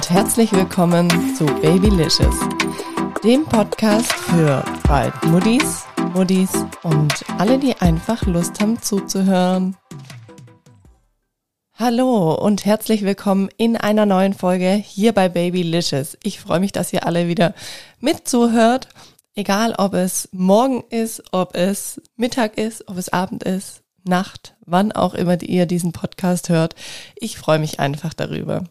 und herzlich willkommen zu Babylicious, dem Podcast für bald Muttis und alle, die einfach Lust haben zuzuhören. Hallo und herzlich willkommen in einer neuen Folge hier bei Babylicious. Ich freue mich, dass ihr alle wieder mitzuhört, egal ob es morgen ist, ob es Mittag ist, ob es Abend ist, Nacht, wann auch immer ihr diesen Podcast hört. Ich freue mich einfach darüber.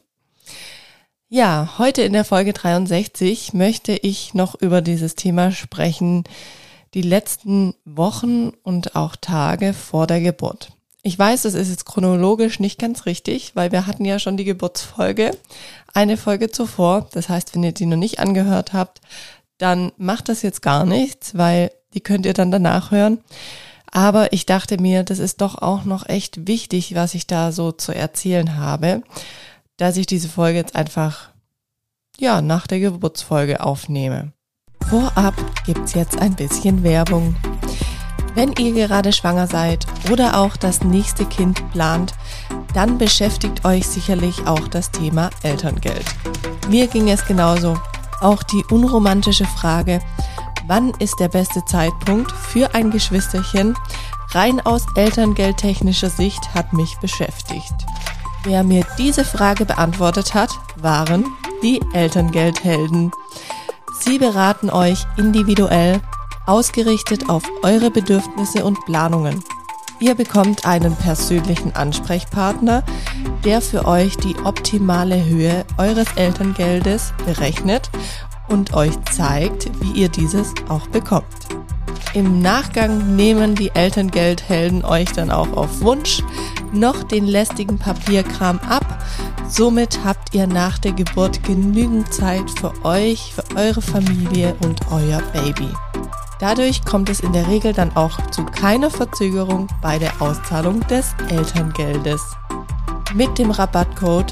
Ja, heute in der Folge 63 möchte ich noch über dieses Thema sprechen, die letzten Wochen und auch Tage vor der Geburt. Ich weiß, das ist jetzt chronologisch nicht ganz richtig, weil wir hatten ja schon die Geburtsfolge, eine Folge zuvor. Das heißt, wenn ihr die noch nicht angehört habt, dann macht das jetzt gar nichts, weil die könnt ihr dann danach hören. Aber ich dachte mir, das ist doch auch noch echt wichtig, was ich da so zu erzählen habe, dass ich diese Folge jetzt einfach, nach der Geburtsfolge aufnehme. Vorab gibt's jetzt ein bisschen Werbung. Wenn ihr gerade schwanger seid oder auch das nächste Kind plant, dann beschäftigt euch sicherlich auch das Thema Elterngeld. Mir ging es genauso. Auch die unromantische Frage, wann ist der beste Zeitpunkt für ein Geschwisterchen, rein aus elterngeldtechnischer Sicht, hat mich beschäftigt. Wer mir diese Frage beantwortet hat, waren die Elterngeldhelden. Sie beraten euch individuell, ausgerichtet auf eure Bedürfnisse und Planungen. Ihr bekommt einen persönlichen Ansprechpartner, der für euch die optimale Höhe eures Elterngeldes berechnet und euch zeigt, wie ihr dieses auch bekommt. Im Nachgang nehmen die Elterngeldhelden euch dann auch auf Wunsch noch den lästigen Papierkram ab. Somit habt ihr nach der Geburt genügend Zeit für euch, für eure Familie und euer Baby. Dadurch kommt es in der Regel dann auch zu keiner Verzögerung bei der Auszahlung des Elterngeldes. Mit dem Rabattcode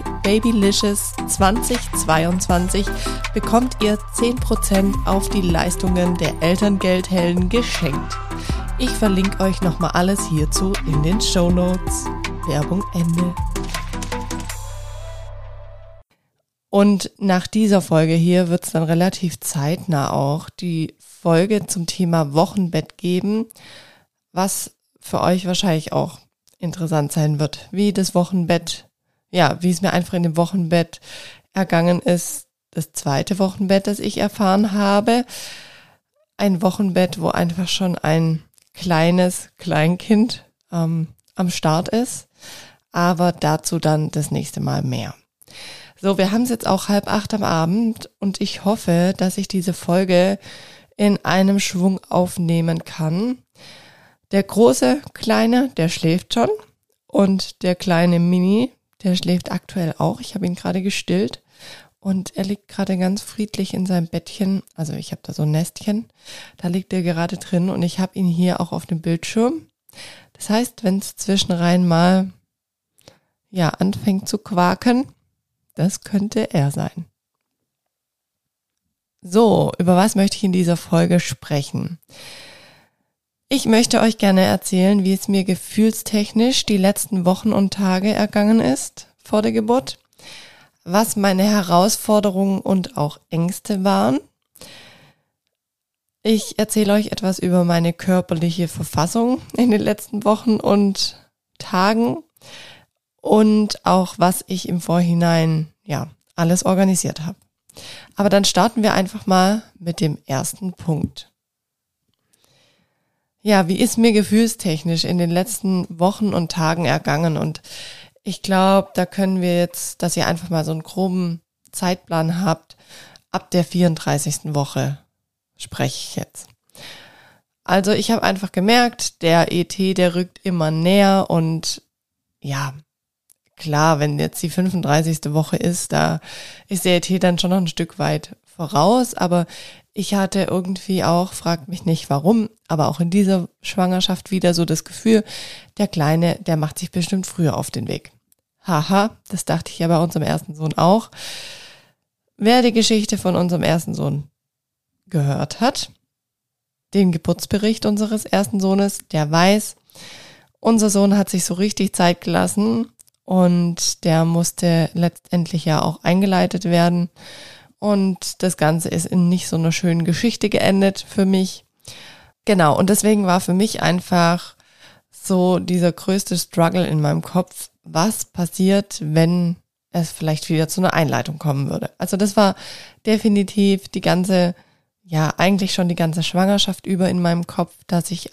Babylicious2022 bekommt ihr 10% auf die Leistungen der Elterngeldhelden geschenkt. Ich verlinke euch nochmal alles hierzu in den Shownotes. Werbung Ende. Und nach dieser Folge hier wird es dann relativ zeitnah auch die Folge zum Thema Wochenbett geben, was für euch wahrscheinlich auch interessant sein wird, wie das Wochenbett, wie es mir einfach in dem Wochenbett ergangen ist, das zweite Wochenbett, das ich erfahren habe. Ein Wochenbett, wo einfach schon ein kleines Kleinkind am Start ist, aber dazu dann das nächste Mal mehr. So, wir haben es jetzt auch 7:30 am Abend und ich hoffe, dass ich diese Folge in einem Schwung aufnehmen kann. Der große Kleine, der schläft schon und der kleine Mini, der schläft aktuell auch. Ich habe ihn gerade gestillt und er liegt gerade ganz friedlich in seinem Bettchen. Also ich habe da so ein Nestchen, da liegt er gerade drin und ich habe ihn hier auch auf dem Bildschirm. Das heißt, wenn es zwischenrein mal anfängt zu quaken, das könnte er sein. So, über was möchte ich in dieser Folge sprechen? Ich möchte euch gerne erzählen, wie es mir gefühlstechnisch die letzten Wochen und Tage ergangen ist vor der Geburt, was meine Herausforderungen und auch Ängste waren. Ich erzähle euch etwas über meine körperliche Verfassung in den letzten Wochen und Tagen und auch, was ich im Vorhinein alles organisiert habe. Aber dann starten wir einfach mal mit dem ersten Punkt. Ja, wie ist mir gefühlstechnisch in den letzten Wochen und Tagen ergangen? Und ich glaube, da können wir jetzt, dass ihr einfach mal so einen groben Zeitplan habt, ab der 34. Woche spreche ich jetzt. Also ich habe einfach gemerkt, der ET, der rückt immer näher und klar, wenn jetzt die 35. Woche ist, da ist der ET dann schon noch ein Stück weit voraus, aber ich hatte irgendwie auch, fragt mich nicht warum, aber auch in dieser Schwangerschaft wieder so das Gefühl, der Kleine, der macht sich bestimmt früher auf den Weg. Haha, das dachte ich ja bei unserem ersten Sohn auch. Wer die Geschichte von unserem ersten Sohn gehört hat, den Geburtsbericht unseres ersten Sohnes, der weiß, unser Sohn hat sich so richtig Zeit gelassen und der musste letztendlich ja auch eingeleitet werden. Und das Ganze ist in nicht so einer schönen Geschichte geendet für mich. Genau, und deswegen war für mich einfach so dieser größte Struggle in meinem Kopf, was passiert, wenn es vielleicht wieder zu einer Einleitung kommen würde. Also das war definitiv eigentlich schon die ganze Schwangerschaft über in meinem Kopf, dass ich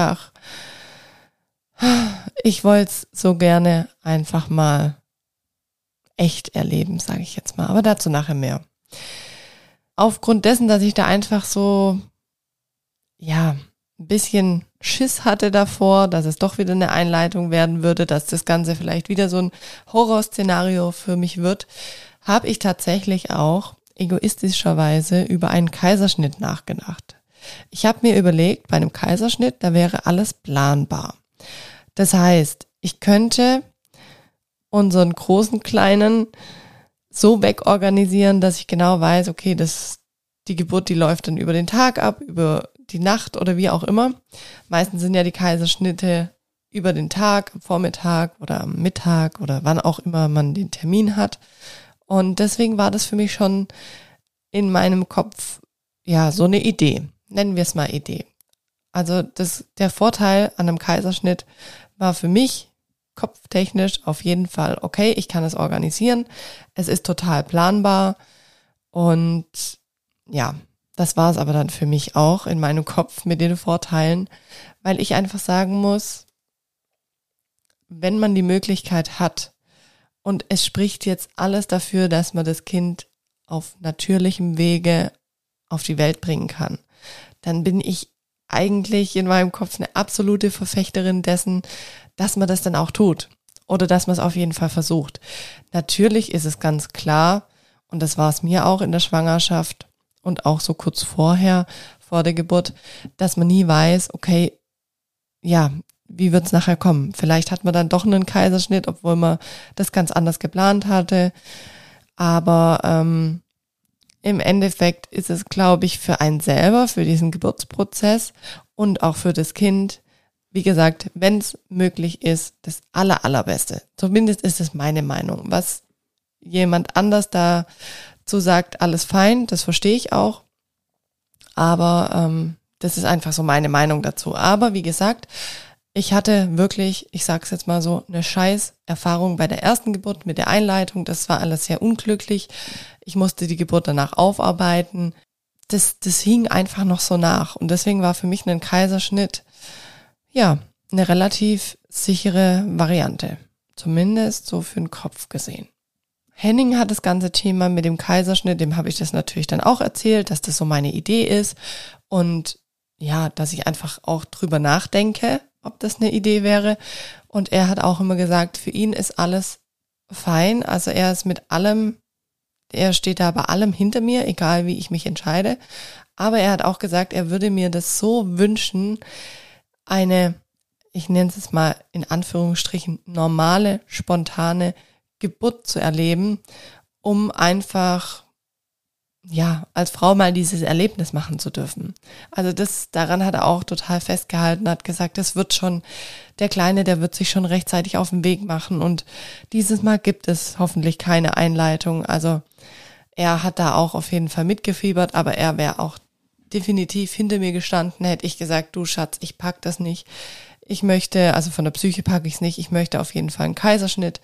wollte es so gerne einfach mal echt erleben, sage ich jetzt mal. Aber dazu nachher mehr. Aufgrund dessen, dass ich da einfach so, ein bisschen Schiss hatte davor, dass es doch wieder eine Einleitung werden würde, dass das Ganze vielleicht wieder so ein Horrorszenario für mich wird, habe ich tatsächlich auch egoistischerweise über einen Kaiserschnitt nachgedacht. Ich habe mir überlegt, bei einem Kaiserschnitt, da wäre alles planbar. Das heißt, ich könnte unseren großen Kleinen so wegorganisieren, dass ich genau weiß, okay, die Geburt, die läuft dann über den Tag ab, über die Nacht oder wie auch immer. Meistens sind ja die Kaiserschnitte über den Tag, am Vormittag oder am Mittag oder wann auch immer man den Termin hat. Und deswegen war das für mich schon in meinem Kopf, so eine Idee. Nennen wir es mal Idee. Also der Vorteil an einem Kaiserschnitt war für mich kopftechnisch auf jeden Fall okay, ich kann es organisieren. Es ist total planbar und das war es aber dann für mich auch in meinem Kopf mit den Vorteilen, weil ich einfach sagen muss, wenn man die Möglichkeit hat und es spricht jetzt alles dafür, dass man das Kind auf natürlichem Wege auf die Welt bringen kann, dann bin ich eigentlich in meinem Kopf eine absolute Verfechterin dessen, dass man das dann auch tut oder dass man es auf jeden Fall versucht. Natürlich ist es ganz klar, und das war es mir auch in der Schwangerschaft und auch so kurz vor der Geburt, dass man nie weiß, okay, wie wird's nachher kommen? Vielleicht hat man dann doch einen Kaiserschnitt, obwohl man das ganz anders geplant hatte. Aber im Endeffekt ist es, glaube ich, für einen selber, für diesen Geburtsprozess und auch für das Kind, wie gesagt, wenn es möglich ist, das Allerbeste. Zumindest ist es meine Meinung. Was jemand anders dazu sagt, alles fein, das verstehe ich auch. Aber das ist einfach so meine Meinung dazu. Aber wie gesagt, ich hatte wirklich, ich sage es jetzt mal so, eine Scheiß-Erfahrung bei der ersten Geburt mit der Einleitung. Das war alles sehr unglücklich. Ich musste die Geburt danach aufarbeiten. Das hing einfach noch so nach. Und deswegen war für mich ein Kaiserschnitt, eine relativ sichere Variante. Zumindest so für den Kopf gesehen. Henning hat das ganze Thema mit dem Kaiserschnitt, dem habe ich das natürlich dann auch erzählt, dass das so meine Idee ist. Und dass ich einfach auch drüber nachdenke, ob das eine Idee wäre. Und er hat auch immer gesagt, für ihn ist alles fein. Also er ist mit allem, er steht da bei allem hinter mir, egal wie ich mich entscheide. Aber er hat auch gesagt, er würde mir das so wünschen, eine, ich nenne es mal in Anführungsstrichen, normale, spontane Geburt zu erleben, um einfach als Frau mal dieses Erlebnis machen zu dürfen. Also daran hat er auch total festgehalten, hat gesagt, das wird schon, der Kleine, der wird sich schon rechtzeitig auf den Weg machen und dieses Mal gibt es hoffentlich keine Einleitung. Also er hat da auch auf jeden Fall mitgefiebert, aber er wäre auch definitiv hinter mir gestanden, hätte ich gesagt, du Schatz, ich pack das nicht. Ich möchte, also von der Psyche packe ich es nicht, ich möchte auf jeden Fall einen Kaiserschnitt.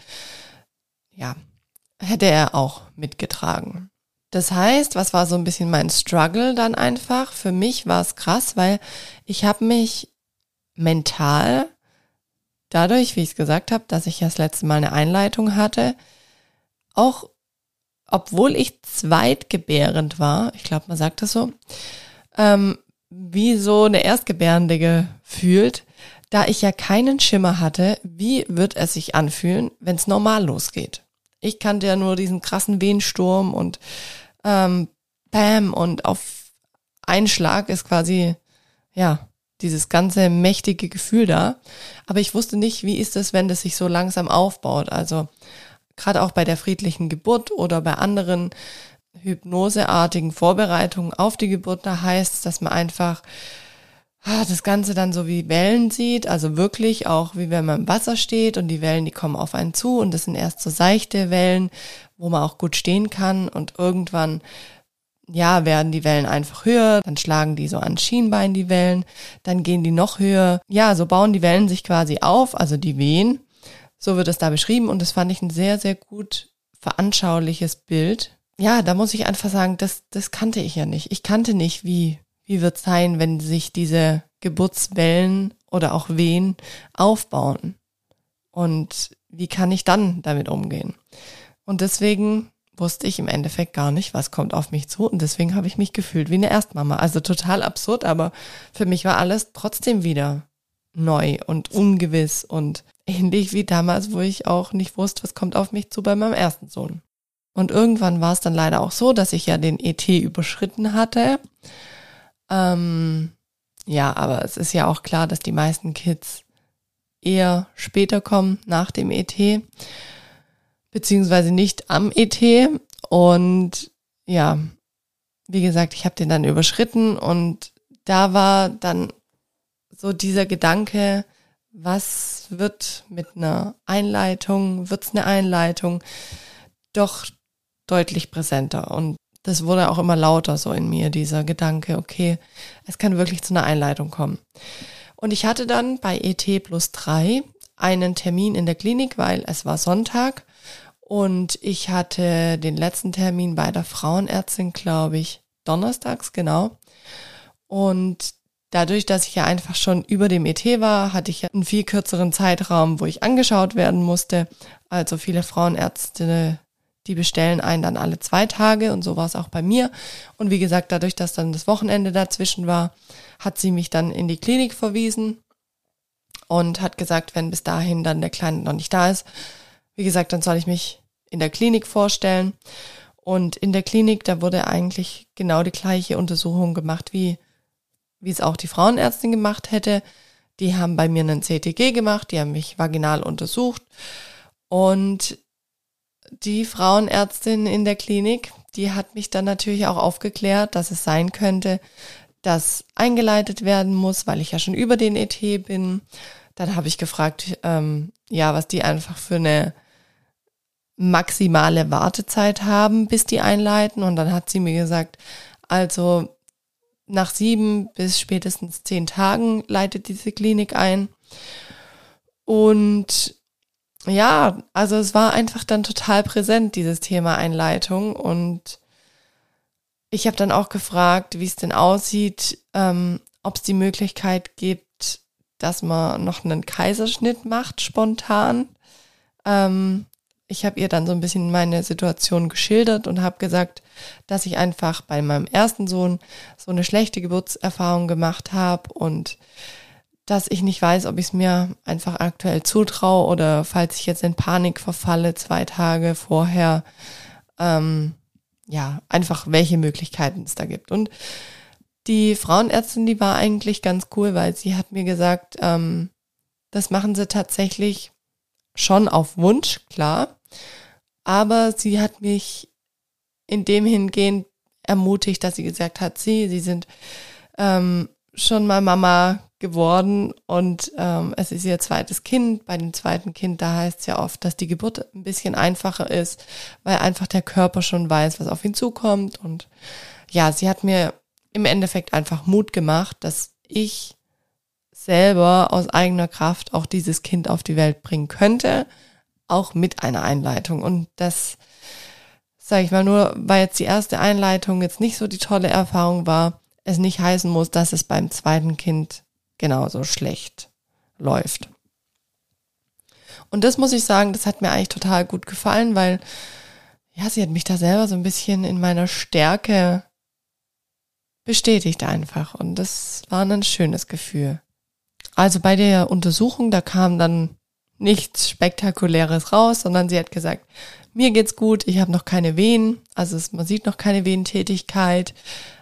Hätte er auch mitgetragen. Das heißt, was war so ein bisschen mein Struggle dann einfach? Für mich war es krass, weil ich habe mich mental, dadurch, wie ich es gesagt habe, dass ich ja das letzte Mal eine Einleitung hatte, auch obwohl ich zweitgebärend war, ich glaube, man sagt das so, wie so eine Erstgebärende gefühlt, da ich ja keinen Schimmer hatte, wie wird es sich anfühlen, wenn es normal losgeht. Ich kannte ja nur diesen krassen Wehensturm und Bam und auf einen Schlag ist quasi, dieses ganze mächtige Gefühl da. Aber ich wusste nicht, wie ist es, wenn das sich so langsam aufbaut. Also gerade auch bei der friedlichen Geburt oder bei anderen hypnoseartigen Vorbereitungen auf die Geburt, da heißt es, dass man einfach das Ganze dann so wie Wellen sieht, also wirklich auch wie wenn man im Wasser steht und die Wellen, die kommen auf einen zu und das sind erst so seichte Wellen, wo man auch gut stehen kann und irgendwann, ja, werden die Wellen einfach höher, dann schlagen die so an Schienbein die Wellen, dann gehen die noch höher, ja, so bauen die Wellen sich quasi auf, also die Wehen, so wird es da beschrieben und das fand ich ein sehr, sehr gut veranschauliches Bild. Ja, da muss ich einfach sagen, das kannte ich ja nicht. Ich kannte nicht, wie wird es sein, wenn sich diese Geburtswellen oder auch Wehen aufbauen? Und wie kann ich dann damit umgehen? Und deswegen wusste ich im Endeffekt gar nicht, was kommt auf mich zu. Und deswegen habe ich mich gefühlt wie eine Erstmama. Also total absurd, aber für mich war alles trotzdem wieder neu und ungewiss und ähnlich wie damals, wo ich auch nicht wusste, was kommt auf mich zu bei meinem ersten Sohn. Und irgendwann war es dann leider auch so, dass ich ja den ET überschritten hatte. Ja, aber es ist ja auch klar, dass die meisten Kids eher später kommen nach dem ET, beziehungsweise nicht am ET. Und ja, wie gesagt, ich habe den dann überschritten und da war dann so dieser Gedanke, was wird mit einer Einleitung, wird's eine Einleitung, doch deutlich präsenter. Und das wurde auch immer lauter so in mir, dieser Gedanke, okay, es kann wirklich zu einer Einleitung kommen. Und ich hatte dann bei ET+3 einen Termin in der Klinik, weil es war Sonntag und ich hatte den letzten Termin bei der Frauenärztin, glaube ich, donnerstags, genau. Und dadurch, dass ich ja einfach schon über dem ET war, hatte ich ja einen viel kürzeren Zeitraum, wo ich angeschaut werden musste. Also viele Frauenärzte, die bestellen einen dann alle 2 Tage und so war es auch bei mir. Und wie gesagt, dadurch, dass dann das Wochenende dazwischen war, hat sie mich dann in die Klinik verwiesen und hat gesagt, wenn bis dahin dann der Kleine noch nicht da ist, wie gesagt, dann soll ich mich in der Klinik vorstellen. Und in der Klinik, da wurde eigentlich genau die gleiche Untersuchung gemacht, wie es auch die Frauenärztin gemacht hätte. Die haben bei mir einen CTG gemacht, die haben mich vaginal untersucht und die Frauenärztin in der Klinik, die hat mich dann natürlich auch aufgeklärt, dass es sein könnte, dass eingeleitet werden muss, weil ich ja schon über den ET bin. Dann habe ich gefragt, was die einfach für eine maximale Wartezeit haben, bis die einleiten. Und dann hat sie mir gesagt, also nach 7 bis spätestens 10 Tagen leitet diese Klinik ein. Und ja, also es war einfach dann total präsent, dieses Thema Einleitung. Und ich habe dann auch gefragt, wie es denn aussieht, ob es die Möglichkeit gibt, dass man noch einen Kaiserschnitt macht, spontan. Ich habe ihr dann so ein bisschen meine Situation geschildert und habe gesagt, dass ich einfach bei meinem ersten Sohn so eine schlechte Geburtserfahrung gemacht habe und dass ich nicht weiß, ob ich es mir einfach aktuell zutraue oder falls ich jetzt in Panik verfalle 2 Tage vorher, einfach welche Möglichkeiten es da gibt. Und die Frauenärztin, die war eigentlich ganz cool, weil sie hat mir gesagt, das machen sie tatsächlich schon auf Wunsch, klar, aber sie hat mich in dem hingehend ermutigt, dass sie gesagt hat, sie sind schon mal Mama geworden und es ist ihr zweites Kind. Bei dem zweiten Kind, da heißt es ja oft, dass die Geburt ein bisschen einfacher ist, weil einfach der Körper schon weiß, was auf ihn zukommt. Und ja, sie hat mir im Endeffekt einfach Mut gemacht, dass ich selber aus eigener Kraft auch dieses Kind auf die Welt bringen könnte, auch mit einer Einleitung. Und das, sage ich mal, nur weil jetzt die erste Einleitung jetzt nicht so die tolle Erfahrung war, es nicht heißen muss, dass es beim zweiten Kind genauso schlecht läuft. Und das muss ich sagen, das hat mir eigentlich total gut gefallen, weil ja, sie hat mich da selber so ein bisschen in meiner Stärke bestätigt einfach und das war ein schönes Gefühl. Also bei der Untersuchung, da kam dann nichts Spektakuläres raus, sondern sie hat gesagt, mir geht's gut, ich habe noch keine Wehen, also man sieht noch keine Wehentätigkeit.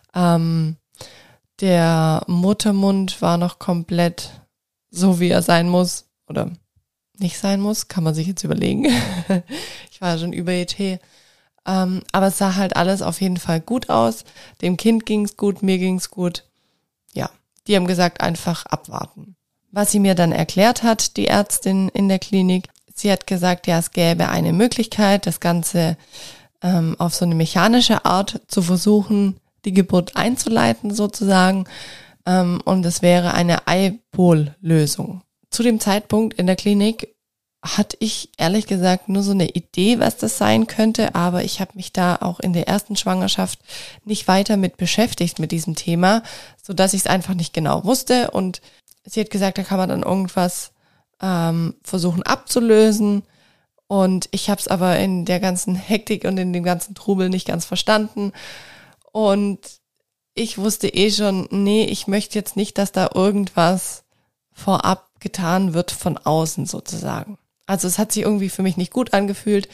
Der Muttermund war noch komplett so, wie er sein muss oder nicht sein muss, kann man sich jetzt überlegen. Ich war ja schon über ET. Aber es sah halt alles auf jeden Fall gut aus. Dem Kind ging's gut, mir ging's gut. Ja, die haben gesagt, einfach abwarten. Was sie mir dann erklärt hat, die Ärztin in der Klinik, sie hat gesagt, ja, es gäbe eine Möglichkeit, das Ganze auf so eine mechanische Art zu versuchen, die Geburt einzuleiten sozusagen. Und es wäre eine Eipol-Lösung. Zu dem Zeitpunkt in der Klinik hatte ich ehrlich gesagt nur so eine Idee, was das sein könnte, aber ich habe mich da auch in der ersten Schwangerschaft nicht weiter mit beschäftigt mit diesem Thema, sodass ich es einfach nicht genau wusste. Und sie hat gesagt, da kann man dann irgendwas versuchen abzulösen. Und ich habe es aber in der ganzen Hektik und in dem ganzen Trubel nicht ganz verstanden. Und ich wusste schon, nee, ich möchte jetzt nicht, dass da irgendwas vorab getan wird von außen sozusagen. Also es hat sich irgendwie für mich nicht gut angefühlt.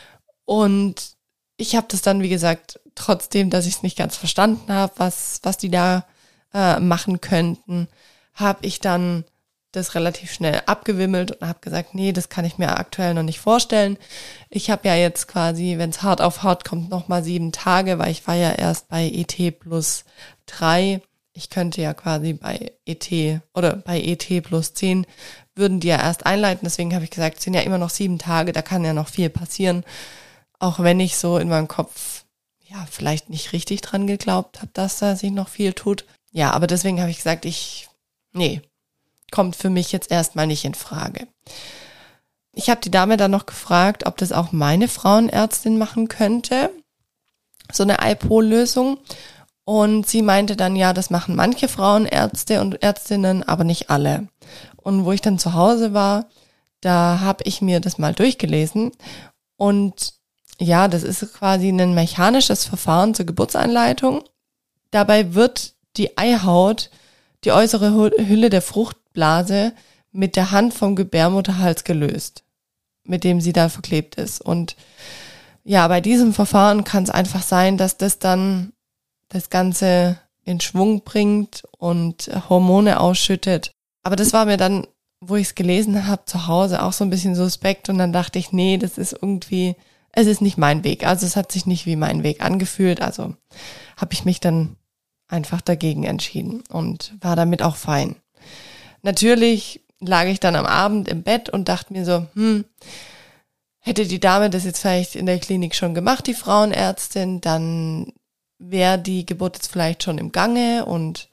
Und ich habe das dann, wie gesagt, trotzdem, dass ich es nicht ganz verstanden habe, was die da machen könnten, habe ich dann das relativ schnell abgewimmelt und habe gesagt, nee, das kann ich mir aktuell noch nicht vorstellen. Ich habe ja jetzt quasi, wenn es hart auf hart kommt, nochmal 7 Tage, weil ich war ja erst bei ET+3. Ich könnte ja quasi bei ET oder bei ET+10 würden die ja erst einleiten. Deswegen habe ich gesagt, es sind ja immer noch 7 Tage, da kann ja noch viel passieren. Auch wenn ich so in meinem Kopf ja vielleicht nicht richtig dran geglaubt habe, dass da sich noch viel tut. Ja, aber deswegen habe ich gesagt, kommt für mich jetzt erstmal nicht in Frage. Ich habe die Dame dann noch gefragt, ob das auch meine Frauenärztin machen könnte, so eine Eipol-Lösung. Und sie meinte dann, ja, das machen manche Frauenärzte und Ärztinnen, aber nicht alle. Und wo ich dann zu Hause war, da habe ich mir das mal durchgelesen. Und ja, das ist quasi ein mechanisches Verfahren zur Geburtseinleitung. Dabei wird die Eihaut, die äußere Hülle der Fruchtblase, mit der Hand vom Gebärmutterhals gelöst, mit dem sie da verklebt ist. Und ja, bei diesem Verfahren kann es einfach sein, dass das dann das Ganze in Schwung bringt und Hormone ausschüttet. Aber das war mir dann, wo ich es gelesen habe, zu Hause auch so ein bisschen suspekt. Und dann dachte ich, nee, das ist irgendwie, es ist nicht mein Weg. Also es hat sich nicht wie mein Weg angefühlt. Also habe ich mich dann einfach dagegen entschieden und war damit auch fein. Natürlich lag ich dann am Abend im Bett und dachte mir so, hätte die Dame das jetzt vielleicht in der Klinik schon gemacht, die Frauenärztin, dann wäre die Geburt jetzt vielleicht schon im Gange. Und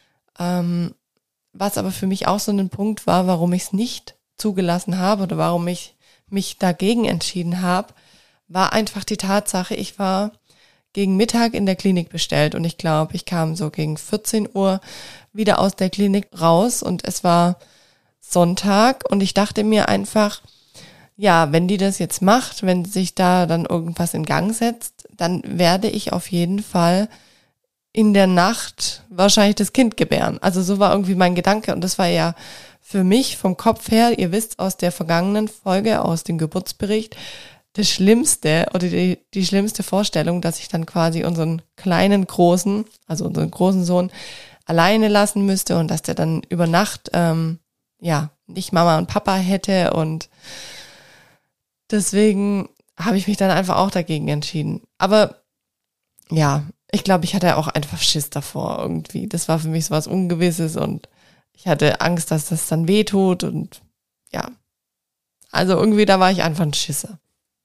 was aber für mich auch so ein Punkt war, warum ich es nicht zugelassen habe oder warum ich mich dagegen entschieden habe, war einfach die Tatsache, ich war gegen Mittag in der Klinik bestellt und ich glaube, ich kam so gegen 14 Uhr wieder aus der Klinik raus und es war Sonntag und ich dachte mir einfach, ja, wenn die das jetzt macht, wenn sich da dann irgendwas in Gang setzt, dann werde ich auf jeden Fall in der Nacht wahrscheinlich das Kind gebären. Also so war irgendwie mein Gedanke und das war ja für mich vom Kopf her, ihr wisst aus der vergangenen Folge, aus dem Geburtsbericht, das Schlimmste oder die schlimmste Vorstellung, dass ich dann quasi unseren großen Sohn alleine lassen müsste und dass der dann über Nacht nicht Mama und Papa hätte und deswegen habe ich mich dann einfach auch dagegen entschieden. Aber ja, ich glaube, ich hatte auch einfach Schiss davor irgendwie. Das war für mich so was Ungewisses und ich hatte Angst, dass das dann wehtut und ja. Also irgendwie, da war ich einfach ein Schisser.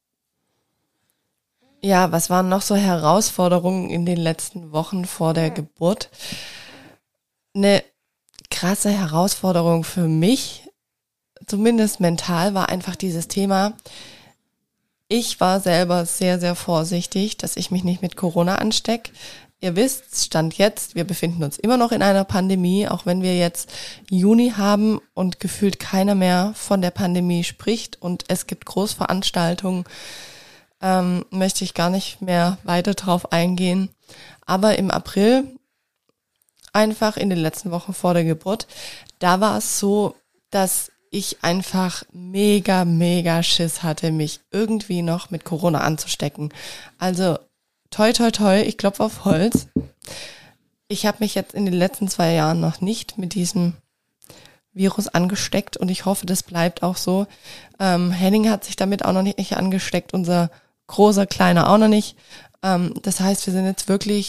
Ja, was waren noch so Herausforderungen in den letzten Wochen vor der Geburt? Eine krasse Herausforderung für mich, zumindest mental, war einfach dieses Thema. Ich war selber sehr, sehr vorsichtig, dass ich mich nicht mit Corona anstecke. Ihr wisst, Stand jetzt, wir befinden uns immer noch in einer Pandemie, auch wenn wir jetzt Juni haben und gefühlt keiner mehr von der Pandemie spricht und es gibt Großveranstaltungen, möchte ich gar nicht mehr weiter drauf eingehen. Aber im April, einfach in den letzten Wochen vor der Geburt, da war es so, dass ich einfach mega, mega Schiss hatte, mich irgendwie noch mit Corona anzustecken. Also toi, toi, toi, ich klopfe auf Holz. Ich habe mich jetzt in den letzten 2 Jahren noch nicht mit diesem Virus angesteckt und ich hoffe, das bleibt auch so. Henning hat sich damit auch noch nicht angesteckt, unser großer Kleiner auch noch nicht. Das heißt, wir sind jetzt wirklich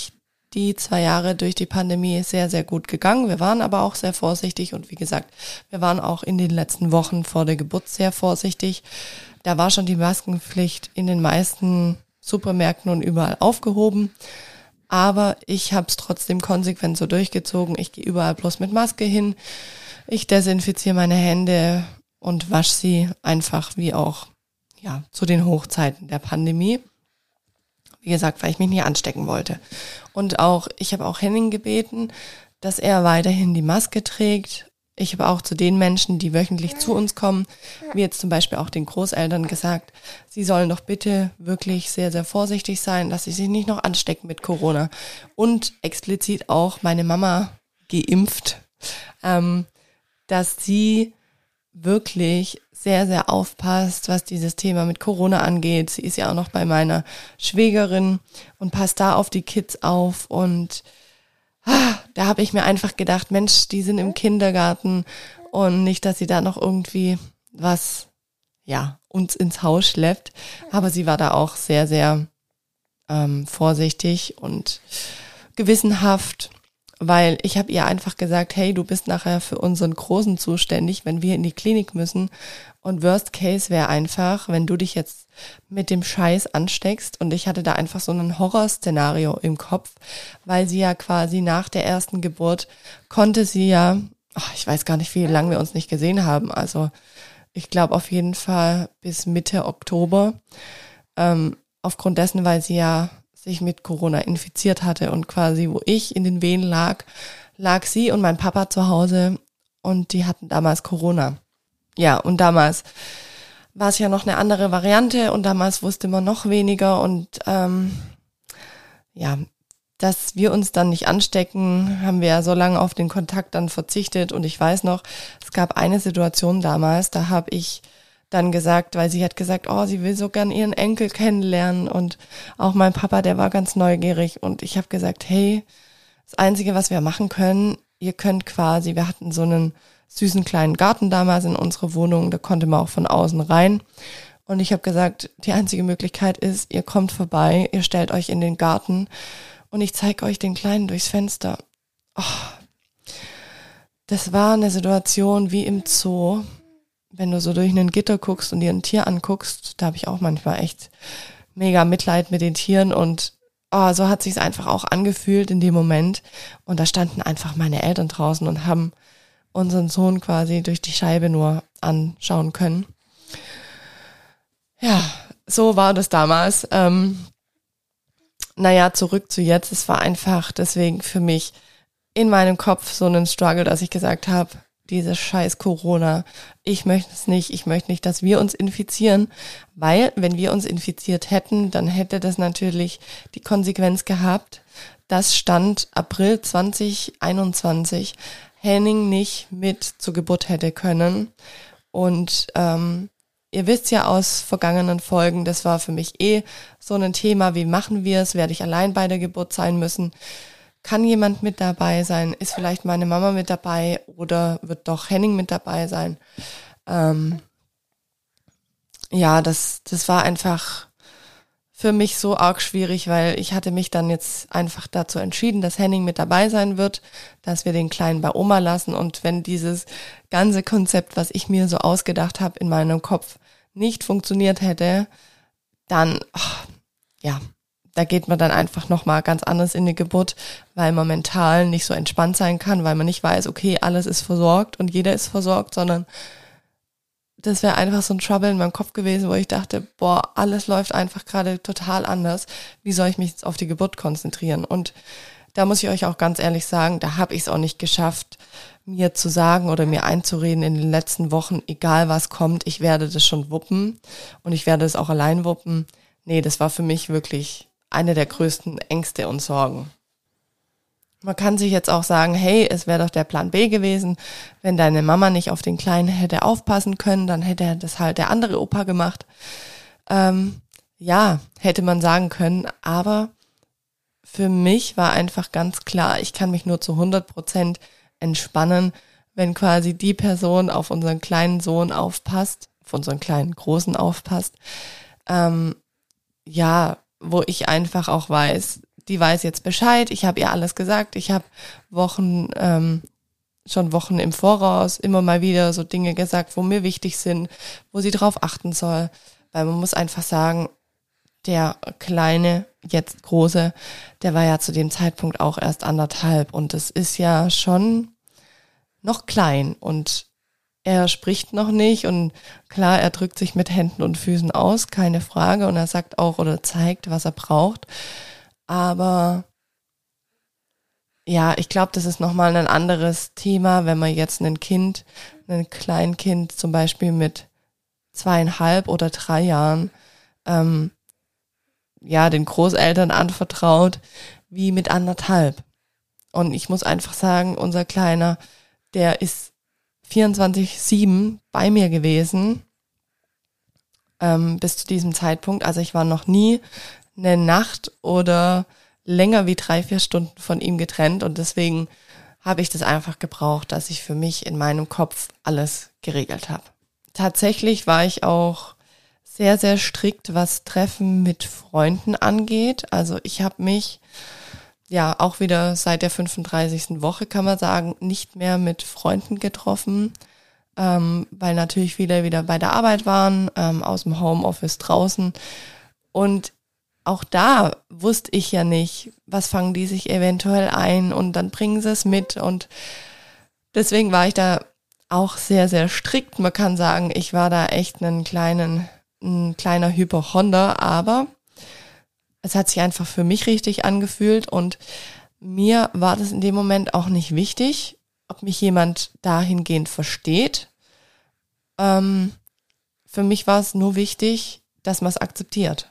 die 2 Jahre durch die Pandemie sehr, sehr gut gegangen. Wir waren aber auch sehr vorsichtig und wie gesagt, wir waren auch in den letzten Wochen vor der Geburt sehr vorsichtig. Da war schon die Maskenpflicht in den meisten Supermärkten und überall aufgehoben. Aber ich habe es trotzdem konsequent so durchgezogen. Ich gehe überall bloß mit Maske hin. Ich desinfiziere meine Hände und wasche sie einfach wie auch zu den Hochzeiten der Pandemie. Wie gesagt, weil ich mich nicht anstecken wollte. Und ich habe auch Henning gebeten, dass er weiterhin die Maske trägt. Ich habe auch zu den Menschen, die wöchentlich zu uns kommen, wie jetzt zum Beispiel auch den Großeltern gesagt, sie sollen doch bitte wirklich sehr, sehr vorsichtig sein, dass sie sich nicht noch anstecken mit Corona. Und explizit auch meine Mama geimpft, dass sie wirklich sehr, sehr aufpasst, was dieses Thema mit Corona angeht. Sie ist ja auch noch bei meiner Schwägerin und passt da auf die Kids auf. Und da habe ich mir einfach gedacht, Mensch, die sind im Kindergarten und nicht, dass sie da noch irgendwie was, uns ins Haus schleppt. Aber sie war da auch sehr, sehr vorsichtig und gewissenhaft, weil ich habe ihr einfach gesagt, hey, du bist nachher für unseren Großen zuständig, wenn wir in die Klinik müssen. Und Worst Case wäre einfach, wenn du dich jetzt mit dem Scheiß ansteckst. Und ich hatte da einfach so ein Horrorszenario im Kopf, weil sie ja quasi nach der ersten Geburt konnte sie ja, ich weiß gar nicht, wie lange wir uns nicht gesehen haben. Also ich glaube auf jeden Fall bis Mitte Oktober. Aufgrund dessen, weil sie ja sich mit Corona infiziert hatte und quasi, wo ich in den Wehen lag sie und mein Papa zu Hause und die hatten damals Corona. Ja, und damals war es ja noch eine andere Variante und damals wusste man noch weniger und dass wir uns dann nicht anstecken, haben wir ja so lange auf den Kontakt dann verzichtet und ich weiß noch, es gab eine Situation damals, da habe ich dann gesagt, weil sie hat gesagt, sie will so gern ihren Enkel kennenlernen und auch mein Papa, der war ganz neugierig und ich habe gesagt, hey, das Einzige, was wir machen können, ihr könnt quasi, wir hatten so einen süßen kleinen Garten damals in unserer Wohnung, da konnte man auch von außen rein und ich habe gesagt, die einzige Möglichkeit ist, ihr kommt vorbei, ihr stellt euch in den Garten und ich zeige euch den Kleinen durchs Fenster. Das war eine Situation wie im Zoo. Wenn du so durch ein Gitter guckst und dir ein Tier anguckst, da habe ich auch manchmal echt mega Mitleid mit den Tieren und so hat sich's einfach auch angefühlt in dem Moment. Und da standen einfach meine Eltern draußen und haben unseren Sohn quasi durch die Scheibe nur anschauen können. Ja, so war das damals. Zurück zu jetzt. Es war einfach deswegen für mich in meinem Kopf so ein Struggle, dass ich gesagt habe, dieses scheiß Corona, ich möchte es nicht, ich möchte nicht, dass wir uns infizieren, weil wenn wir uns infiziert hätten, dann hätte das natürlich die Konsequenz gehabt, dass Stand April 2021 Henning nicht mit zur Geburt hätte können und ihr wisst ja aus vergangenen Folgen, das war für mich so ein Thema, wie machen wir es, werde ich allein bei der Geburt sein müssen, kann jemand mit dabei sein? Ist vielleicht meine Mama mit dabei oder wird doch Henning mit dabei sein? Das war einfach für mich so arg schwierig, weil ich hatte mich dann jetzt einfach dazu entschieden, dass Henning mit dabei sein wird, dass wir den Kleinen bei Oma lassen und wenn dieses ganze Konzept, was ich mir so ausgedacht habe in meinem Kopf, nicht funktioniert hätte, dann, da geht man dann einfach nochmal ganz anders in die Geburt, weil man mental nicht so entspannt sein kann, weil man nicht weiß, okay, alles ist versorgt und jeder ist versorgt, sondern das wäre einfach so ein Trouble in meinem Kopf gewesen, wo ich dachte, alles läuft einfach gerade total anders. Wie soll ich mich jetzt auf die Geburt konzentrieren? Und da muss ich euch auch ganz ehrlich sagen, da habe ich es auch nicht geschafft, mir zu sagen oder mir einzureden in den letzten Wochen, egal was kommt, ich werde das schon wuppen und ich werde es auch allein wuppen. Nee, das war für mich wirklich eine der größten Ängste und Sorgen. Man kann sich jetzt auch sagen, hey, es wäre doch der Plan B gewesen, wenn deine Mama nicht auf den Kleinen hätte aufpassen können, dann hätte das halt der andere Opa gemacht. Hätte man sagen können, aber für mich war einfach ganz klar, ich kann mich nur zu 100% entspannen, wenn quasi die Person auf unseren kleinen Sohn aufpasst, auf unseren kleinen Großen aufpasst, wo ich einfach auch weiß, die weiß jetzt Bescheid, ich habe ihr alles gesagt, ich habe schon Wochen im Voraus immer mal wieder so Dinge gesagt, wo mir wichtig sind, wo sie drauf achten soll. Weil man muss einfach sagen, der Kleine, jetzt Große, der war ja zu dem Zeitpunkt auch erst 1,5 und das ist ja schon noch klein und er spricht noch nicht und klar, er drückt sich mit Händen und Füßen aus, keine Frage, und er sagt auch oder zeigt, was er braucht. Aber ja, ich glaube, das ist nochmal ein anderes Thema, wenn man jetzt ein Kleinkind zum Beispiel mit 2,5 oder 3 Jahren, den Großeltern anvertraut, wie mit 1,5. Und ich muss einfach sagen, unser Kleiner, der ist 24/7 bei mir gewesen, bis zu diesem Zeitpunkt. Also ich war noch nie eine Nacht oder länger wie 3-4 Stunden von ihm getrennt und deswegen habe ich das einfach gebraucht, dass ich für mich in meinem Kopf alles geregelt habe. Tatsächlich war ich auch sehr, sehr strikt, was Treffen mit Freunden angeht. Also ich habe mich ja auch wieder seit der 35. Woche, kann man sagen, nicht mehr mit Freunden getroffen, weil natürlich viele wieder bei der Arbeit waren, aus dem Homeoffice draußen. Und auch da wusste ich ja nicht, was fangen die sich eventuell ein und dann bringen sie es mit. Und deswegen war ich da auch sehr, sehr strikt. Man kann sagen, ich war da echt ein kleiner Hypochonder, aber es hat sich einfach für mich richtig angefühlt und mir war das in dem Moment auch nicht wichtig, ob mich jemand dahingehend versteht. Für mich war es nur wichtig, dass man es akzeptiert.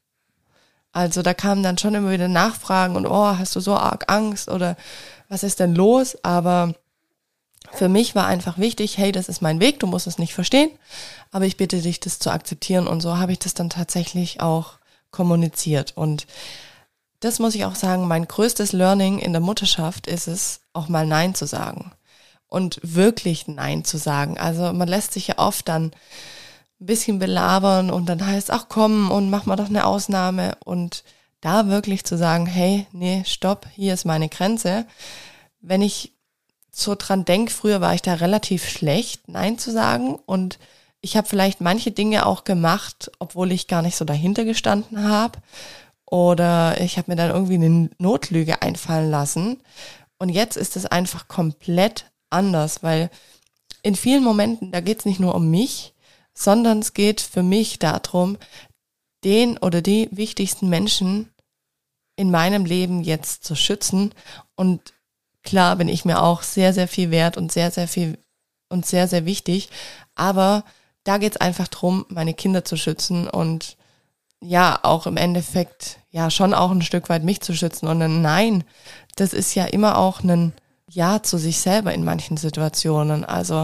Also da kamen dann schon immer wieder Nachfragen und hast du so arg Angst oder was ist denn los? Aber für mich war einfach wichtig, hey, das ist mein Weg, du musst es nicht verstehen, aber ich bitte dich, das zu akzeptieren. Und so habe ich das dann tatsächlich auch kommuniziert. Und das muss ich auch sagen, mein größtes Learning in der Mutterschaft ist es, auch mal Nein zu sagen. Und wirklich Nein zu sagen. Also man lässt sich ja oft dann ein bisschen belabern und dann heißt, ach komm und mach mal doch eine Ausnahme. Und da wirklich zu sagen, hey, nee, stopp, hier ist meine Grenze. Wenn ich so dran denke, früher war ich da relativ schlecht, Nein zu sagen. Und ich habe vielleicht manche Dinge auch gemacht, obwohl ich gar nicht so dahinter gestanden habe. Oder ich habe mir dann irgendwie eine Notlüge einfallen lassen. Und jetzt ist es einfach komplett anders, weil in vielen Momenten, da geht es nicht nur um mich, sondern es geht für mich darum, den oder die wichtigsten Menschen in meinem Leben jetzt zu schützen. Und klar bin ich mir auch sehr, sehr viel wert und sehr, sehr viel und sehr, sehr wichtig. Aber da geht es einfach darum, meine Kinder zu schützen und ja, auch im Endeffekt ja schon auch ein Stück weit mich zu schützen. Und ein Nein, das ist ja immer auch ein Ja zu sich selber in manchen Situationen. Also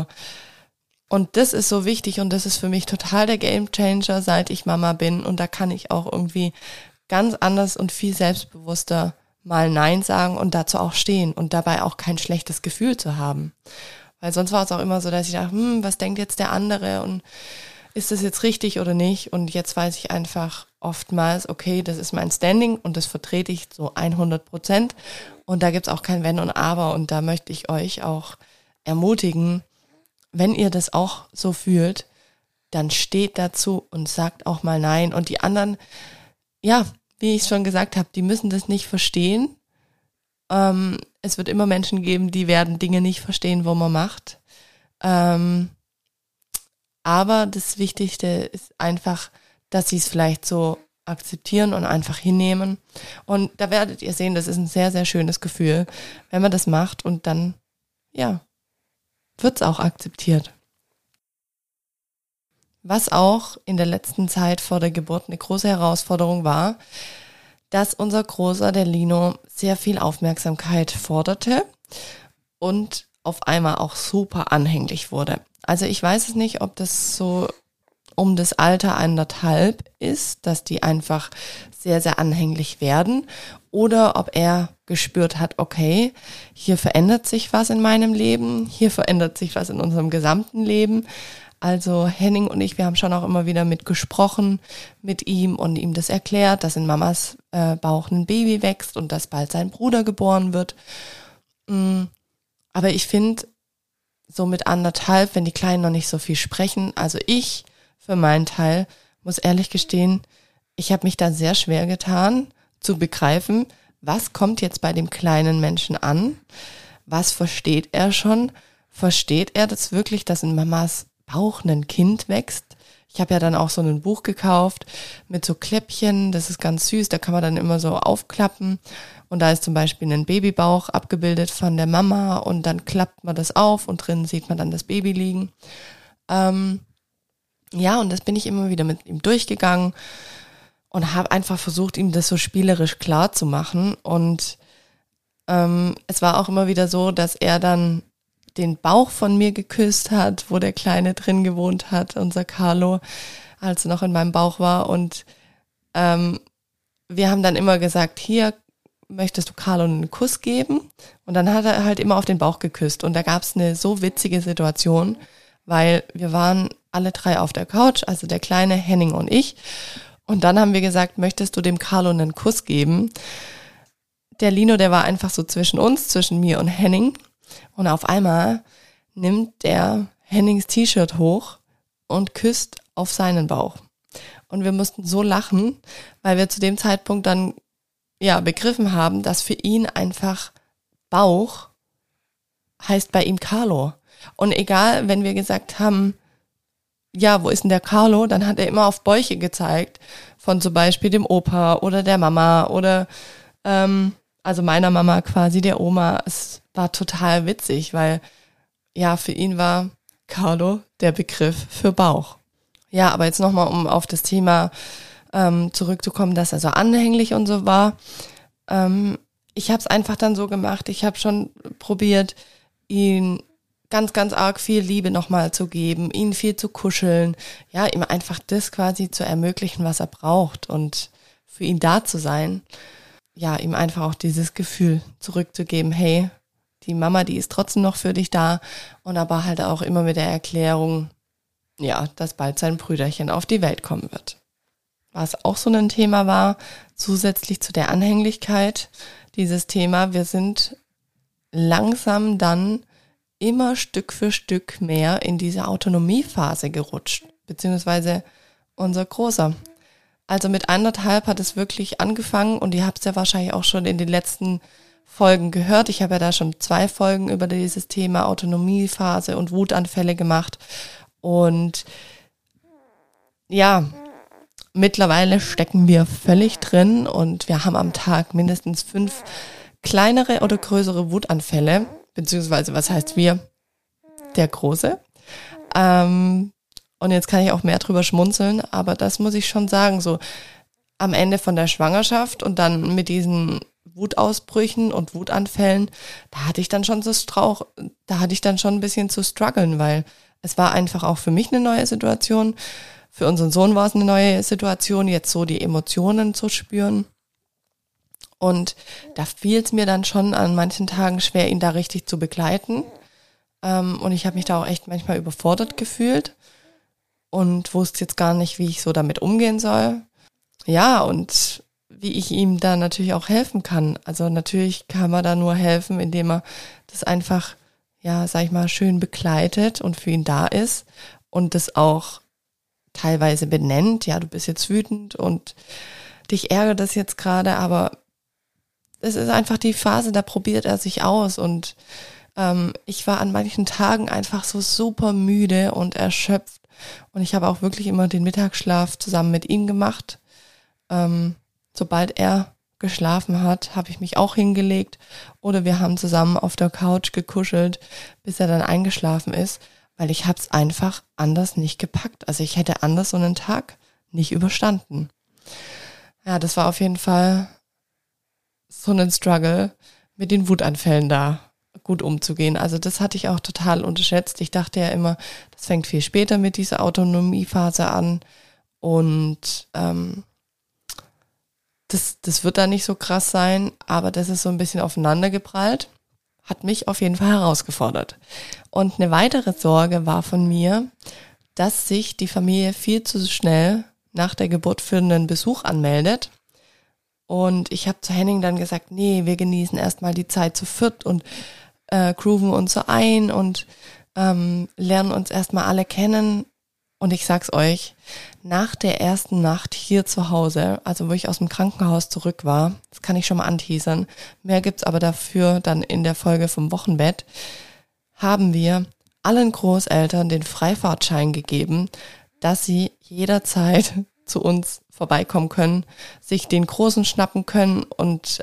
und das ist so wichtig und das ist für mich total der Gamechanger, seit ich Mama bin. Und da kann ich auch irgendwie ganz anders und viel selbstbewusster mal Nein sagen und dazu auch stehen und dabei auch kein schlechtes Gefühl zu haben. Weil sonst war es auch immer so, dass ich dachte, was denkt jetzt der andere und ist das jetzt richtig oder nicht? Und jetzt weiß ich einfach oftmals, okay, das ist mein Standing und das vertrete ich so 100%. Und da gibt's auch kein Wenn und Aber. Und da möchte ich euch auch ermutigen, wenn ihr das auch so fühlt, dann steht dazu und sagt auch mal Nein. Und die anderen, ja, wie ich schon gesagt habe, die müssen das nicht verstehen. Es wird immer Menschen geben, die werden Dinge nicht verstehen, wo man macht. Aber das Wichtigste ist einfach, dass sie es vielleicht so akzeptieren und einfach hinnehmen. Und da werdet ihr sehen, das ist ein sehr, sehr schönes Gefühl, wenn man das macht und dann, ja, wird es auch akzeptiert. Was auch in der letzten Zeit vor der Geburt eine große Herausforderung war, dass unser Großer, der Lino, sehr viel Aufmerksamkeit forderte und auf einmal auch super anhänglich wurde. Also ich weiß es nicht, ob das so um das Alter 1,5 ist, dass die einfach sehr, sehr anhänglich werden oder ob er gespürt hat, okay, hier verändert sich was in meinem Leben, hier verändert sich was in unserem gesamten Leben. Also Henning und ich, wir haben schon auch immer wieder mitgesprochen mit ihm und ihm das erklärt, dass in Mamas Bauch ein Baby wächst und dass bald sein Bruder geboren wird. Aber ich finde, so mit 1,5, wenn die Kleinen noch nicht so viel sprechen, also ich für meinen Teil muss ehrlich gestehen, ich habe mich da sehr schwer getan zu begreifen, was kommt jetzt bei dem kleinen Menschen an, was versteht er schon, versteht er das wirklich, dass in Mamas Bauch ein Kind wächst. Ich habe ja dann auch so ein Buch gekauft mit so Kläppchen, das ist ganz süß, da kann man dann immer so aufklappen und da ist zum Beispiel ein Babybauch abgebildet von der Mama und dann klappt man das auf und drin sieht man dann das Baby liegen. Ja, und das bin ich immer wieder mit ihm durchgegangen und habe einfach versucht, ihm das so spielerisch klar zu machen und es war auch immer wieder so, dass er dann den Bauch von mir geküsst hat, wo der Kleine drin gewohnt hat, unser Carlo, als er noch in meinem Bauch war. Und wir haben dann immer gesagt, hier, möchtest du Carlo einen Kuss geben? Und dann hat er halt immer auf den Bauch geküsst. Und da gab es eine so witzige Situation, weil wir waren alle 3 auf der Couch, also der Kleine, Henning und ich. Und dann haben wir gesagt, möchtest du dem Carlo einen Kuss geben? Der Lino, der war einfach so zwischen uns, zwischen mir und Henning. Und auf einmal nimmt der Hennings T-Shirt hoch und küsst auf seinen Bauch. Und wir mussten so lachen, weil wir zu dem Zeitpunkt dann ja begriffen haben, dass für ihn einfach Bauch heißt bei ihm Carlo. Und egal, wenn wir gesagt haben, ja, wo ist denn der Carlo, dann hat er immer auf Bäuche gezeigt von zum Beispiel dem Opa oder der Mama oder also meiner Mama quasi, der Oma. Es war total witzig, weil ja, für ihn war Carlo der Begriff für Bauch. Ja, aber jetzt nochmal, um auf das Thema zurückzukommen, dass er so anhänglich und so war. Ich habe es einfach dann so gemacht, ich habe schon probiert, ihn ganz, ganz arg viel Liebe nochmal zu geben, ihn viel zu kuscheln, ja, ihm einfach das quasi zu ermöglichen, was er braucht und für ihn da zu sein. Ja, ihm einfach auch dieses Gefühl zurückzugeben, hey, die Mama, die ist trotzdem noch für dich da und aber halt auch immer mit der Erklärung, ja, dass bald sein Brüderchen auf die Welt kommen wird. Was auch so ein Thema war, zusätzlich zu der Anhänglichkeit, dieses Thema, wir sind langsam dann immer Stück für Stück mehr in diese Autonomiephase gerutscht, beziehungsweise unser Großer. Also mit 1,5 hat es wirklich angefangen und ihr habt es ja wahrscheinlich auch schon in den letzten Folgen gehört. Ich habe ja da schon 2 Folgen über dieses Thema Autonomiephase und Wutanfälle gemacht. Und ja, mittlerweile stecken wir völlig drin und wir haben am Tag mindestens 5 kleinere oder größere Wutanfälle, beziehungsweise was heißt wir? Der Große. Und jetzt kann ich auch mehr drüber schmunzeln, aber das muss ich schon sagen, so am Ende von der Schwangerschaft und dann mit diesen Wutausbrüchen und Wutanfällen, da hatte ich dann schon ein bisschen zu strugglen, weil es war einfach auch für mich eine neue Situation. Für unseren Sohn war es eine neue Situation, jetzt so die Emotionen zu spüren. Und da fiel es mir dann schon an manchen Tagen schwer, ihn da richtig zu begleiten. Und ich habe mich da auch echt manchmal überfordert gefühlt und wusste jetzt gar nicht, wie ich so damit umgehen soll. Ja, und wie ich ihm da natürlich auch helfen kann. Also natürlich kann man da nur helfen, indem er das einfach, ja, sag ich mal, schön begleitet und für ihn da ist und das auch teilweise benennt. Ja, du bist jetzt wütend und dich ärgert das jetzt gerade, aber es ist einfach die Phase, da probiert er sich aus und ich war an manchen Tagen einfach so super müde und erschöpft und ich habe auch wirklich immer den Mittagsschlaf zusammen mit ihm gemacht. Sobald er geschlafen hat, habe ich mich auch hingelegt oder wir haben zusammen auf der Couch gekuschelt, bis er dann eingeschlafen ist, weil ich habe es einfach anders nicht gepackt. Also ich hätte anders so einen Tag nicht überstanden. Ja, das war auf jeden Fall so ein Struggle, mit den Wutanfällen da gut umzugehen. Also das hatte ich auch total unterschätzt. Ich dachte ja immer, das fängt viel später mit dieser Autonomiephase an und das wird da nicht so krass sein, aber das ist so ein bisschen aufeinandergeprallt, hat mich auf jeden Fall herausgefordert. Und eine weitere Sorge war von mir, dass sich die Familie viel zu schnell nach der Geburt für einen Besuch anmeldet. Und ich habe zu Henning dann gesagt, nee, wir genießen erstmal die Zeit zu viert und grooven uns so ein und lernen uns erstmal alle kennen. Und ich sag's euch, nach der ersten Nacht hier zu Hause, also wo ich aus dem Krankenhaus zurück war, das kann ich schon mal anteasern, mehr gibt's aber dafür dann in der Folge vom Wochenbett, haben wir allen Großeltern den Freifahrtschein gegeben, dass sie jederzeit zu uns vorbeikommen können, sich den Großen schnappen können und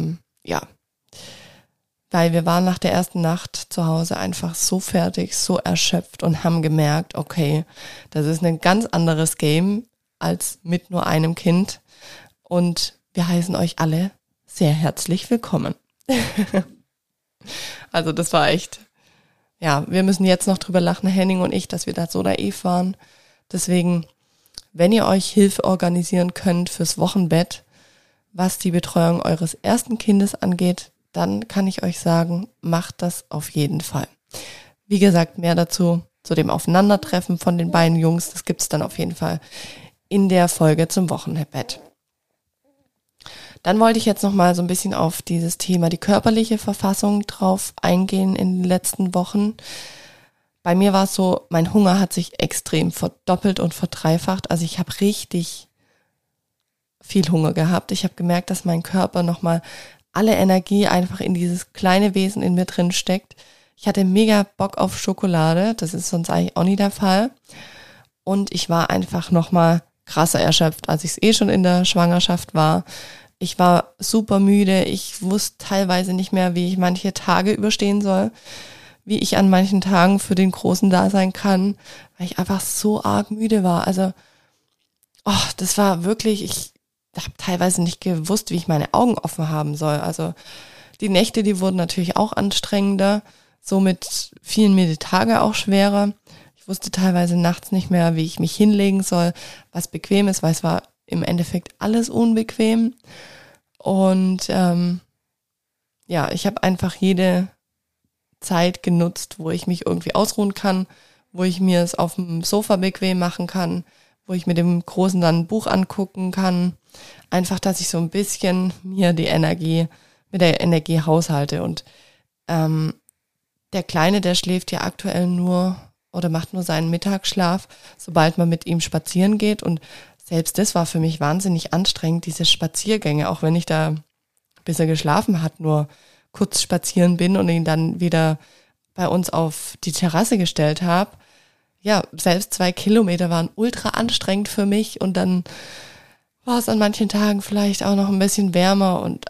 weil wir waren nach der ersten Nacht zu Hause einfach so fertig, so erschöpft und haben gemerkt, okay, das ist ein ganz anderes Game als mit nur einem Kind und wir heißen euch alle sehr herzlich willkommen. Also das war echt, ja, wir müssen jetzt noch drüber lachen, Henning und ich, dass wir da so naiv waren. Deswegen, wenn ihr euch Hilfe organisieren könnt fürs Wochenbett, was die Betreuung eures ersten Kindes angeht, dann kann ich euch sagen, macht das auf jeden Fall. Wie gesagt, mehr dazu, zu dem Aufeinandertreffen von den beiden Jungs, das gibt's dann auf jeden Fall in der Folge zum Wochenbett. Dann wollte ich jetzt nochmal so ein bisschen auf dieses Thema die körperliche Verfassung drauf eingehen in den letzten Wochen. Bei mir war es so, mein Hunger hat sich extrem verdoppelt und verdreifacht. Also ich habe richtig viel Hunger gehabt. Ich habe gemerkt, dass mein Körper nochmal alle Energie einfach in dieses kleine Wesen in mir drin steckt. Ich hatte mega Bock auf Schokolade, das ist sonst eigentlich auch nie der Fall. Und ich war einfach nochmal krasser erschöpft, als ich es schon in der Schwangerschaft war. Ich war super müde, ich wusste teilweise nicht mehr, wie ich manche Tage überstehen soll, wie ich an manchen Tagen für den Großen da sein kann, weil ich einfach so arg müde war. Also, das war wirklich, ich habe teilweise nicht gewusst, wie ich meine Augen offen haben soll. Also die Nächte, die wurden natürlich auch anstrengender. Somit fielen mir die Tage auch schwerer. Ich wusste teilweise nachts nicht mehr, wie ich mich hinlegen soll, was bequem ist, weil es war im Endeffekt alles unbequem. Und ich habe einfach jede Zeit genutzt, wo ich mich irgendwie ausruhen kann, wo ich mir es auf dem Sofa bequem machen kann, wo ich mit dem Großen dann ein Buch angucken kann. Einfach, dass ich so ein bisschen mir mit der Energie haushalte. Und der Kleine, der schläft ja aktuell nur oder macht nur seinen Mittagsschlaf, sobald man mit ihm spazieren geht. Und selbst das war für mich wahnsinnig anstrengend, diese Spaziergänge, auch wenn ich da, bis er geschlafen hat, nur kurz spazieren bin und ihn dann wieder bei uns auf die Terrasse gestellt habe. Ja, selbst 2 Kilometer waren ultra anstrengend für mich und dann war es an manchen Tagen vielleicht auch noch ein bisschen wärmer und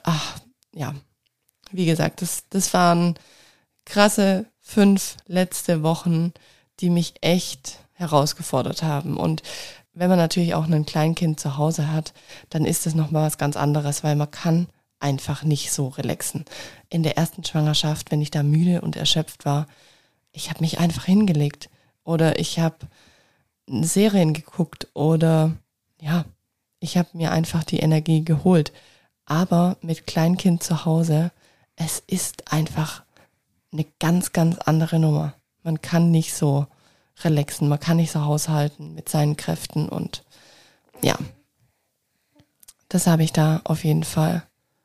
wie gesagt, das waren krasse 5 letzte Wochen, die mich echt herausgefordert haben. Und wenn man natürlich auch ein Kleinkind zu Hause hat, dann ist das nochmal was ganz anderes, weil man kann einfach nicht so relaxen. In der ersten Schwangerschaft, wenn ich da müde und erschöpft war, ich habe mich einfach hingelegt oder ich habe Serien geguckt oder ich habe mir einfach die Energie geholt. Aber mit Kleinkind zu Hause, es ist einfach eine ganz, ganz andere Nummer. Man kann nicht so relaxen, man kann nicht so haushalten mit seinen Kräften und ja, das habe ich da auf jeden Fall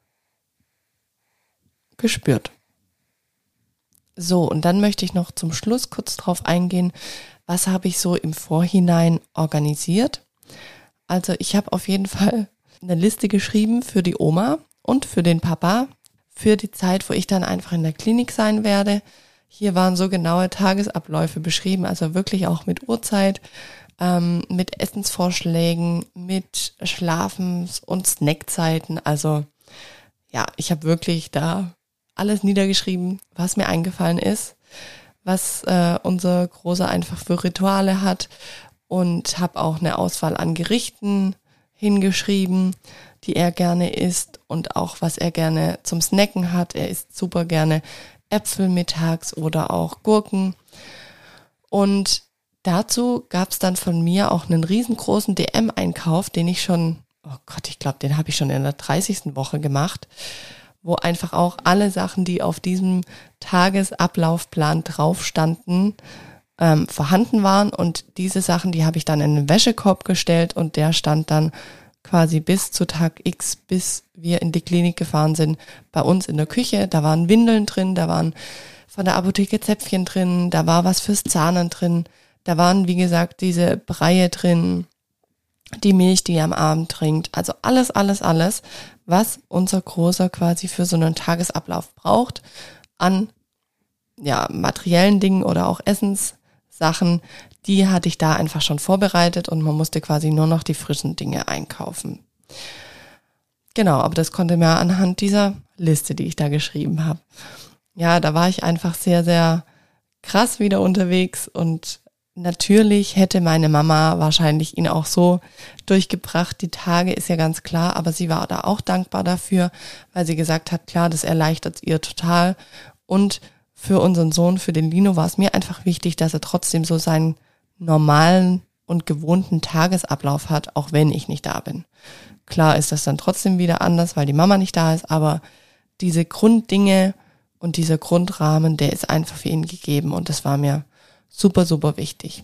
gespürt. So, und dann möchte ich noch zum Schluss kurz drauf eingehen, was habe ich so im Vorhinein organisiert. Also ich habe auf jeden Fall eine Liste geschrieben für die Oma und für den Papa, für die Zeit, wo ich dann einfach in der Klinik sein werde. Hier waren so genaue Tagesabläufe beschrieben, also wirklich auch mit Uhrzeit, mit Essensvorschlägen, mit Schlafens- und Snackzeiten. Also ja, ich habe wirklich da alles niedergeschrieben, was mir eingefallen ist, was unser Großer einfach für Rituale hat und habe auch eine Auswahl an Gerichten hingeschrieben, die er gerne isst und auch was er gerne zum Snacken hat. Er isst super gerne Äpfel mittags oder auch Gurken. Und dazu gab es dann von mir auch einen riesengroßen DM-Einkauf, den ich schon, ich glaube, den habe ich schon in der 30. Woche gemacht, wo einfach auch alle Sachen, die auf diesem Tagesablaufplan drauf standen, vorhanden waren. Und diese Sachen, die habe ich dann in den Wäschekorb gestellt und der stand dann quasi bis zu Tag X, bis wir in die Klinik gefahren sind, bei uns in der Küche. Da waren Windeln drin, da waren von der Apotheke Zäpfchen drin, da war was fürs Zahnen drin, da waren, wie gesagt, diese Breie drin, die Milch, die ihr am Abend trinkt. Also alles, was unser Großer quasi für so einen Tagesablauf braucht an materiellen Dingen oder auch Essenssachen, die hatte ich da einfach schon vorbereitet und man musste quasi nur noch die frischen Dinge einkaufen. Genau, aber das konnte man anhand dieser Liste, die ich da geschrieben habe. Ja, da war ich einfach sehr, sehr krass wieder unterwegs und natürlich hätte meine Mama wahrscheinlich ihn auch so durchgebracht. Die Tage ist ja ganz klar, aber sie war da auch dankbar dafür, weil sie gesagt hat, klar, das erleichtert ihr total. Und für unseren Sohn, für den Lino, war es mir einfach wichtig, dass er trotzdem so seinen normalen und gewohnten Tagesablauf hat, auch wenn ich nicht da bin. Klar ist das dann trotzdem wieder anders, weil die Mama nicht da ist, aber diese Grunddinge und dieser Grundrahmen, der ist einfach für ihn gegeben und das war mir super, super wichtig.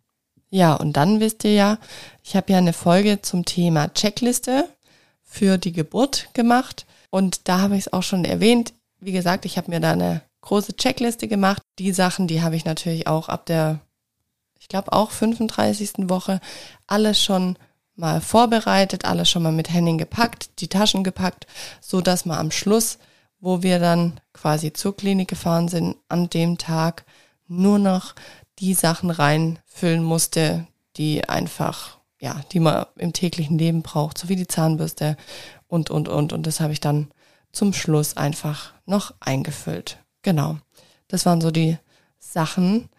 Ja, und dann wisst ihr ja, ich habe ja eine Folge zum Thema Checkliste für die Geburt gemacht und da habe ich es auch schon erwähnt. Wie gesagt, ich habe mir da eine große Checkliste gemacht. Die Sachen, die habe ich natürlich auch ab der, ich glaube auch 35. Woche, alles schon mal vorbereitet, alles schon mal mit Henning gepackt, die Taschen gepackt, so dass man am Schluss, wo wir dann quasi zur Klinik gefahren sind, an dem Tag nur noch die Sachen reinfüllen musste, die einfach, die man im täglichen Leben braucht, so wie die Zahnbürste und. Und das habe ich dann zum Schluss einfach noch eingefüllt. Genau, das waren so die Sachen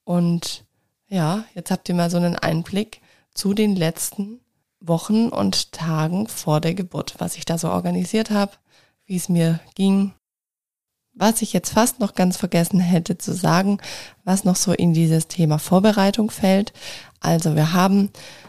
und ja, jetzt habt ihr mal so einen Einblick zu den letzten Wochen und Tagen vor der Geburt, was ich da so organisiert habe, wie es mir ging. Was ich jetzt fast noch ganz vergessen hätte zu sagen, was noch so in dieses Thema Vorbereitung fällt. Also wir haben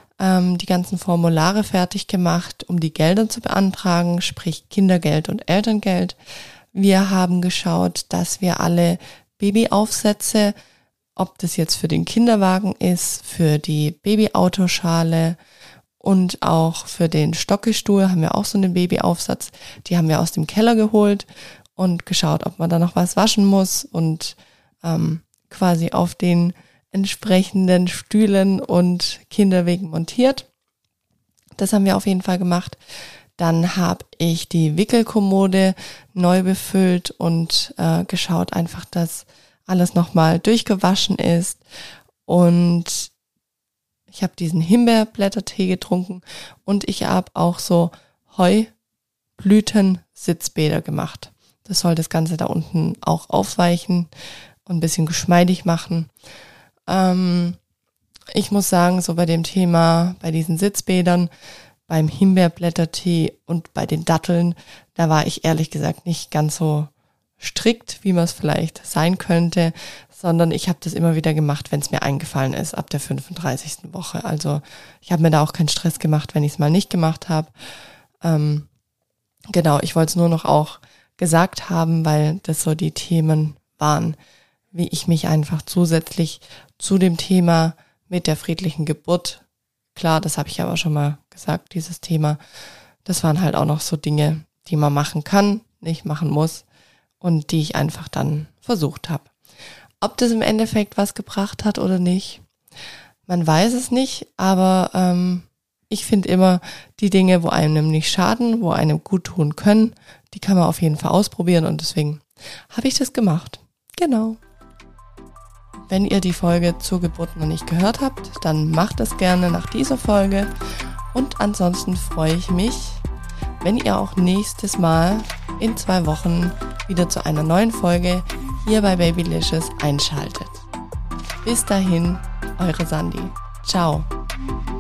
die ganzen Formulare fertig gemacht, um die Gelder zu beantragen, sprich Kindergeld und Elterngeld. Wir haben geschaut, dass wir alle Babyaufsätze, ob das jetzt für den Kinderwagen ist, für die Babyautoschale und auch für den Stockestuhl haben wir auch so einen Babyaufsatz. Die haben wir aus dem Keller geholt und geschaut, ob man da noch was waschen muss und quasi auf den entsprechenden Stühlen und Kinderwegen montiert. Das haben wir auf jeden Fall gemacht. Dann habe ich die Wickelkommode neu befüllt und geschaut einfach, dass alles nochmal durchgewaschen ist. Und ich habe diesen Himbeerblättertee getrunken und ich habe auch so Heublüten-Sitzbäder gemacht. Das soll das Ganze da unten auch aufweichen und ein bisschen geschmeidig machen. Ich muss sagen, so bei dem Thema, bei diesen Sitzbädern, beim Himbeerblättertee und bei den Datteln, da war ich ehrlich gesagt nicht ganz so strikt, wie man es vielleicht sein könnte, sondern ich habe das immer wieder gemacht, wenn es mir eingefallen ist, ab der 35. Woche. Also ich habe mir da auch keinen Stress gemacht, wenn ich es mal nicht gemacht habe. Genau, ich wollte es nur noch auch gesagt haben, weil das so die Themen waren, wie ich mich einfach zusätzlich zu dem Thema mit der friedlichen Geburt, klar, das habe ich aber schon mal gesagt, dieses Thema, das waren halt auch noch so Dinge, die man machen kann, nicht machen muss und die ich einfach dann versucht habe. Ob das im Endeffekt was gebracht hat oder nicht, man weiß es nicht, aber ich finde immer die Dinge, wo einem nicht schaden, wo einem gut tun können, die kann man auf jeden Fall ausprobieren und deswegen habe ich das gemacht. Genau. Wenn ihr die Folge zur Geburt noch nicht gehört habt, dann macht es gerne nach dieser Folge und ansonsten freue ich mich, wenn ihr auch nächstes Mal in 2 Wochen wieder zu einer neuen Folge hier bei Babylicious einschaltet. Bis dahin, eure Sandy. Ciao.